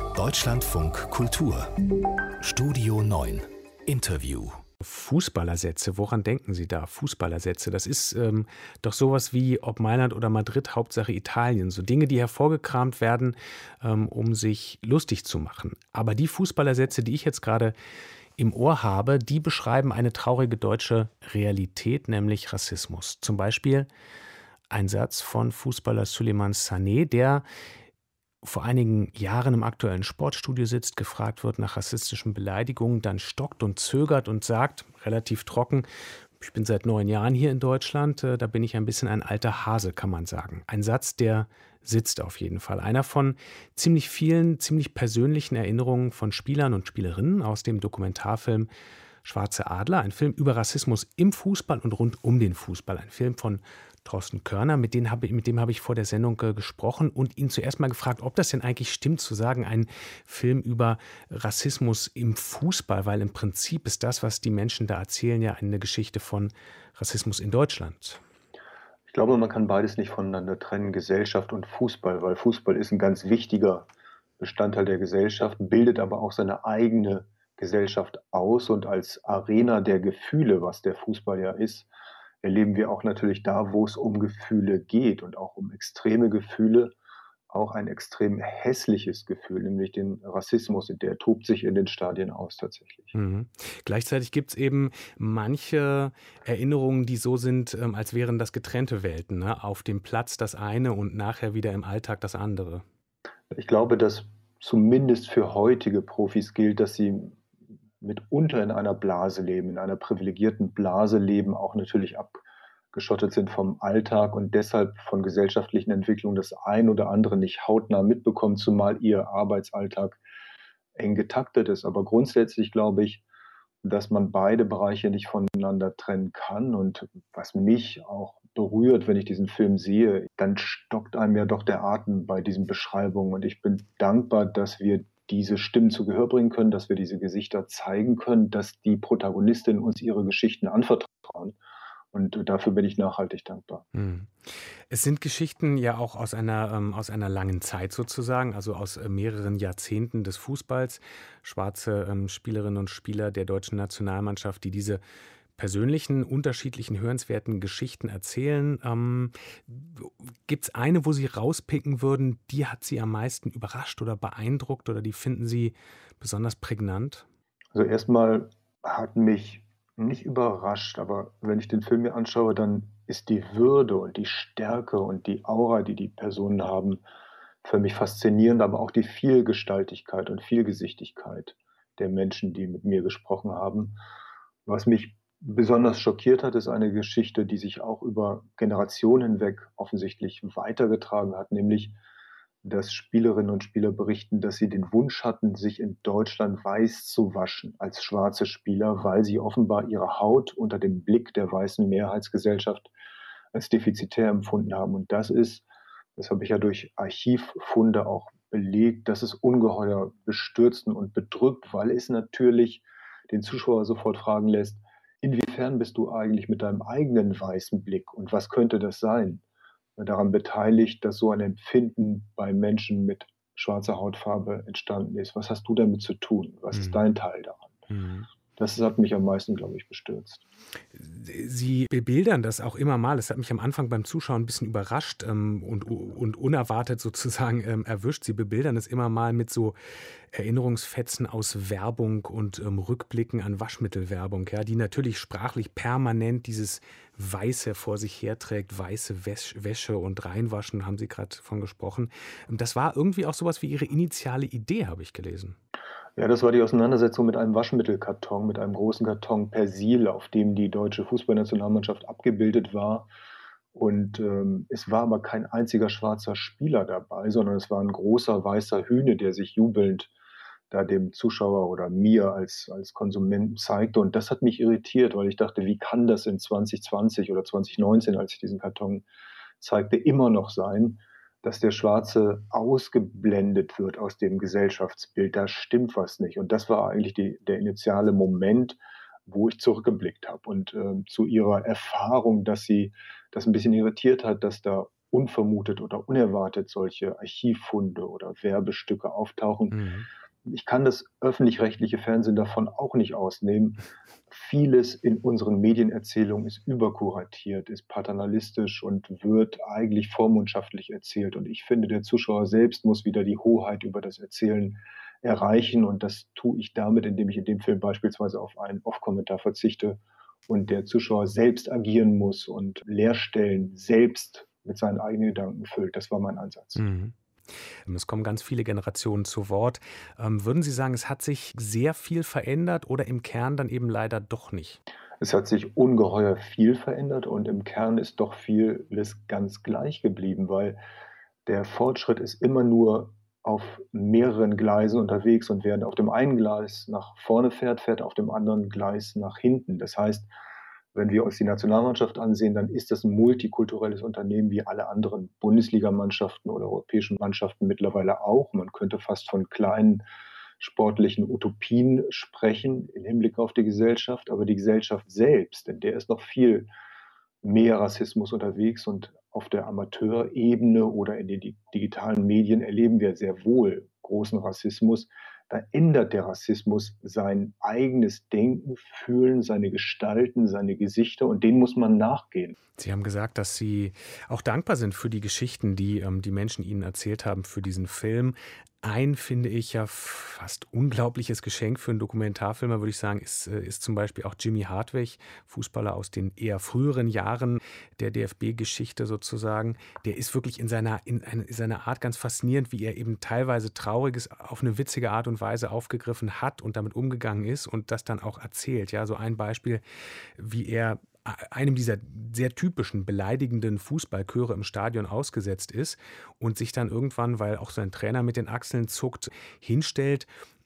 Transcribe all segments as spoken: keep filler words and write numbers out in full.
Deutschlandfunk Kultur Studio neun Interview. Fußballersätze, woran denken Sie da? Fußballersätze, das ist ähm, doch sowas wie ob Mailand oder Madrid, Hauptsache Italien. So Dinge, die hervorgekramt werden, ähm, um sich lustig zu machen. Aber die Fußballersätze, die ich jetzt gerade im Ohr habe, die beschreiben eine traurige deutsche Realität, nämlich Rassismus. Zum Beispiel ein Satz von Fußballer Souleymane Sané, der vor einigen Jahren im aktuellen Sportstudio sitzt, gefragt wird nach rassistischen Beleidigungen, dann stockt und zögert und sagt, relativ trocken, ich bin seit neun Jahren hier in Deutschland, da bin ich ein bisschen ein alter Hase, kann man sagen. Ein Satz, der sitzt auf jeden Fall. Einer von ziemlich vielen, ziemlich persönlichen Erinnerungen von Spielern und Spielerinnen aus dem Dokumentarfilm Schwarze Adler, ein Film über Rassismus im Fußball und rund um den Fußball. Ein Film von Thorsten Körner, mit dem habe, mit dem habe ich vor der Sendung äh, gesprochen und ihn zuerst mal gefragt, ob das denn eigentlich stimmt, zu sagen, ein Film über Rassismus im Fußball, weil im Prinzip ist das, was die Menschen da erzählen, ja eine Geschichte von Rassismus in Deutschland. Ich glaube, man kann beides nicht voneinander trennen, Gesellschaft und Fußball, weil Fußball ist ein ganz wichtiger Bestandteil der Gesellschaft, bildet aber auch seine eigene Gesellschaft aus und als Arena der Gefühle, was der Fußball ja ist, erleben wir auch natürlich da, wo es um Gefühle geht und auch um extreme Gefühle, auch ein extrem hässliches Gefühl, nämlich den Rassismus, der tobt sich in den Stadien aus tatsächlich. Mhm. Gleichzeitig gibt es eben manche Erinnerungen, die so sind, ähm, als wären das getrennte Welten, ne? Auf dem Platz das eine und nachher wieder im Alltag das andere. Ich glaube, dass zumindest für heutige Profis gilt, dass sie mitunter in einer Blase leben, in einer privilegierten Blase leben, auch natürlich abgeschottet sind vom Alltag und deshalb von gesellschaftlichen Entwicklungen das ein oder andere nicht hautnah mitbekommen, zumal ihr Arbeitsalltag eng getaktet ist. Aber grundsätzlich glaube ich, dass man beide Bereiche nicht voneinander trennen kann. Und was mich auch berührt, wenn ich diesen Film sehe, dann stockt einem ja doch der Atem bei diesen Beschreibungen. Und ich bin dankbar, dass wir diese Stimmen zu Gehör bringen können, dass wir diese Gesichter zeigen können, dass die Protagonistinnen uns ihre Geschichten anvertrauen. Und dafür bin ich nachhaltig dankbar. Hm. Es sind Geschichten ja auch aus einer, ähm, aus einer langen Zeit sozusagen, also aus äh, mehreren Jahrzehnten des Fußballs. Schwarze ähm, Spielerinnen und Spieler der deutschen Nationalmannschaft, die diese persönlichen, unterschiedlichen, hörenswerten Geschichten erzählen. Ähm, Gibt es eine, wo Sie rauspicken würden, die hat Sie am meisten überrascht oder beeindruckt oder die finden Sie besonders prägnant? Also erstmal hat mich nicht überrascht, aber wenn ich den Film mir anschaue, dann ist die Würde und die Stärke und die Aura, die die Personen haben, für mich faszinierend, aber auch die Vielgestaltigkeit und Vielgesichtigkeit der Menschen, die mit mir gesprochen haben. Was mich besonders schockiert hat, ist eine Geschichte, die sich auch über Generationen hinweg offensichtlich weitergetragen hat, nämlich dass Spielerinnen und Spieler berichten, dass sie den Wunsch hatten, sich in Deutschland weiß zu waschen als schwarze Spieler, weil sie offenbar ihre Haut unter dem Blick der weißen Mehrheitsgesellschaft als defizitär empfunden haben. Und das ist, das habe ich ja durch Archivfunde auch belegt, das ist ungeheuer bestürzend und bedrückt, weil es natürlich den Zuschauer sofort fragen lässt, inwiefern bist du eigentlich mit deinem eigenen weißen Blick und was könnte das sein, daran beteiligt, dass so ein Empfinden bei Menschen mit schwarzer Hautfarbe entstanden ist. Was hast du damit zu tun? Was ist Mhm. dein Teil daran? Mhm. Das hat mich am meisten, glaube ich, bestürzt. Sie bebildern das auch immer mal. Das hat mich am Anfang beim Zuschauen ein bisschen überrascht ähm, und, und unerwartet sozusagen ähm, erwischt. Sie bebildern es immer mal mit so Erinnerungsfetzen aus Werbung und ähm, Rückblicken an Waschmittelwerbung, ja, die natürlich sprachlich permanent dieses Weiße vor sich herträgt, weiße Wäsch Wäsche und Reinwaschen, haben Sie gerade von gesprochen. Das war irgendwie auch sowas wie Ihre initiale Idee, habe ich gelesen. Ja, das war die Auseinandersetzung mit einem Waschmittelkarton, mit einem großen Karton Persil, auf dem die deutsche Fußballnationalmannschaft abgebildet war. Und ähm, es war aber kein einziger schwarzer Spieler dabei, sondern es war ein großer weißer Hühne, der sich jubelnd da dem Zuschauer oder mir als, als Konsumenten zeigte. Und das hat mich irritiert, weil ich dachte, wie kann das in zwanzig zwanzig oder zwanzig neunzehn, als ich diesen Karton zeigte, immer noch sein, dass der Schwarze ausgeblendet wird aus dem Gesellschaftsbild. Da stimmt was nicht. Und das war eigentlich die, der initiale Moment, wo ich zurückgeblickt habe und äh, zu ihrer Erfahrung, dass sie das ein bisschen irritiert hat, dass da unvermutet oder unerwartet solche Archivfunde oder Werbestücke auftauchen. Mhm. Ich kann das öffentlich-rechtliche Fernsehen davon auch nicht ausnehmen. Vieles in unseren Medienerzählungen ist überkuratiert, ist paternalistisch und wird eigentlich vormundschaftlich erzählt. Und ich finde, der Zuschauer selbst muss wieder die Hoheit über das Erzählen erreichen. Und das tue ich damit, indem ich in dem Film beispielsweise auf einen Off-Kommentar verzichte und der Zuschauer selbst agieren muss und Leerstellen selbst mit seinen eigenen Gedanken füllt. Das war mein Ansatz. Mhm. Es kommen ganz viele Generationen zu Wort. Ähm, würden Sie sagen, es hat sich sehr viel verändert oder im Kern dann eben leider doch nicht? Es hat sich ungeheuer viel verändert und im Kern ist doch vieles ganz gleich geblieben, weil der Fortschritt ist immer nur auf mehreren Gleisen unterwegs und während auf dem einen Gleis nach vorne fährt, fährt er auf dem anderen Gleis nach hinten. Das heißt, wenn wir uns die Nationalmannschaft ansehen, dann ist das ein multikulturelles Unternehmen wie alle anderen Bundesligamannschaften oder europäischen Mannschaften mittlerweile auch. Man könnte fast von kleinen sportlichen Utopien sprechen im Hinblick auf die Gesellschaft, aber die Gesellschaft selbst, in der ist noch viel mehr Rassismus unterwegs und auf der Amateurebene oder in den di- digitalen Medien erleben wir sehr wohl großen Rassismus. Da ändert der Rassismus sein eigenes Denken, Fühlen, seine Gestalten, seine Gesichter und denen muss man nachgehen. Sie haben gesagt, dass Sie auch dankbar sind für die Geschichten, die ähm, die Menschen Ihnen erzählt haben für diesen Film. Ein, finde ich, ja fast unglaubliches Geschenk für einen Dokumentarfilmer, würde ich sagen, ist, äh, ist zum Beispiel auch Jimmy Hartwig, Fußballer aus den eher früheren Jahren der D F B-Geschichte sozusagen. Der ist wirklich in seiner, in, in seiner Art ganz faszinierend, wie er eben teilweise Trauriges auf eine witzige Art und Weise aufgegriffen hat und damit umgegangen ist und das dann auch erzählt. Ja, so ein Beispiel, wie er einem dieser sehr typischen beleidigenden Fußballchöre im Stadion ausgesetzt ist und sich dann irgendwann, weil auch sein Trainer mit den Achseln zuckt, hinstellt.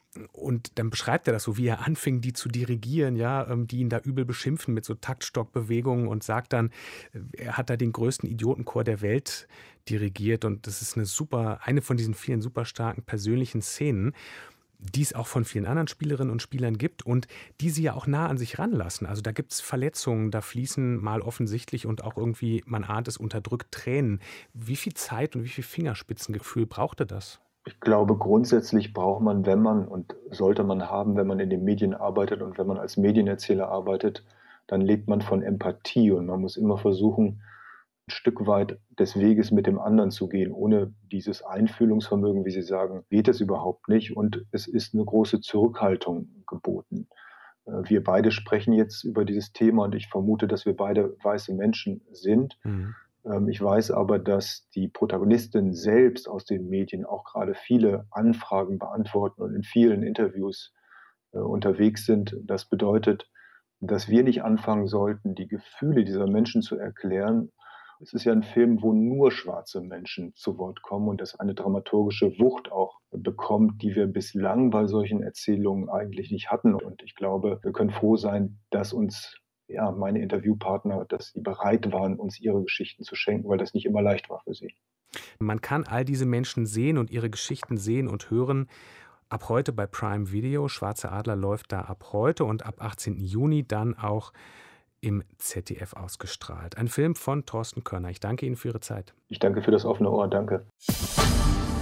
Und dann beschreibt er das so, wie er anfing, die zu dirigieren, ja, ähm, die ihn da übel beschimpfen mit so Taktstockbewegungen und sagt dann, äh, er hat da den größten Idiotenchor der Welt dirigiert und das ist eine super, eine von diesen vielen super starken persönlichen Szenen, die es auch von vielen anderen Spielerinnen und Spielern gibt und die sie ja auch nah an sich ranlassen. Also da gibt es Verletzungen, da fließen mal offensichtlich und auch irgendwie, man ahnt es, unterdrückt Tränen. Wie viel Zeit und wie viel Fingerspitzengefühl brauchte das? Ich glaube, grundsätzlich braucht man, wenn man und sollte man haben, wenn man in den Medien arbeitet und wenn man als Medienerzähler arbeitet, dann lebt man von Empathie und man muss immer versuchen, ein Stück weit des Weges mit dem anderen zu gehen. Ohne dieses Einfühlungsvermögen, wie Sie sagen, geht es überhaupt nicht und es ist eine große Zurückhaltung geboten. Äh, Wir beide sprechen jetzt über dieses Thema und ich vermute, dass wir beide weiße Menschen sind. Mhm. Ähm, Ich weiß aber, dass die Protagonistinnen selbst aus den Medien auch gerade viele Anfragen beantworten und in vielen Interviews äh, unterwegs sind. Das bedeutet, dass wir nicht anfangen sollten, die Gefühle dieser Menschen zu erklären. Es ist ja ein Film, wo nur schwarze Menschen zu Wort kommen und das eine dramaturgische Wucht auch bekommt, die wir bislang bei solchen Erzählungen eigentlich nicht hatten. Und ich glaube, wir können froh sein, dass uns ja, meine Interviewpartner, dass sie bereit waren, uns ihre Geschichten zu schenken, weil das nicht immer leicht war für sie. Man kann all diese Menschen sehen und ihre Geschichten sehen und hören. Ab heute bei Prime Video. Schwarze Adler läuft da ab heute und ab achtzehnten Juni dann auch im Z D F ausgestrahlt. Ein Film von Thorsten Körner. Ich danke Ihnen für Ihre Zeit. Ich danke für das offene Ohr. Danke.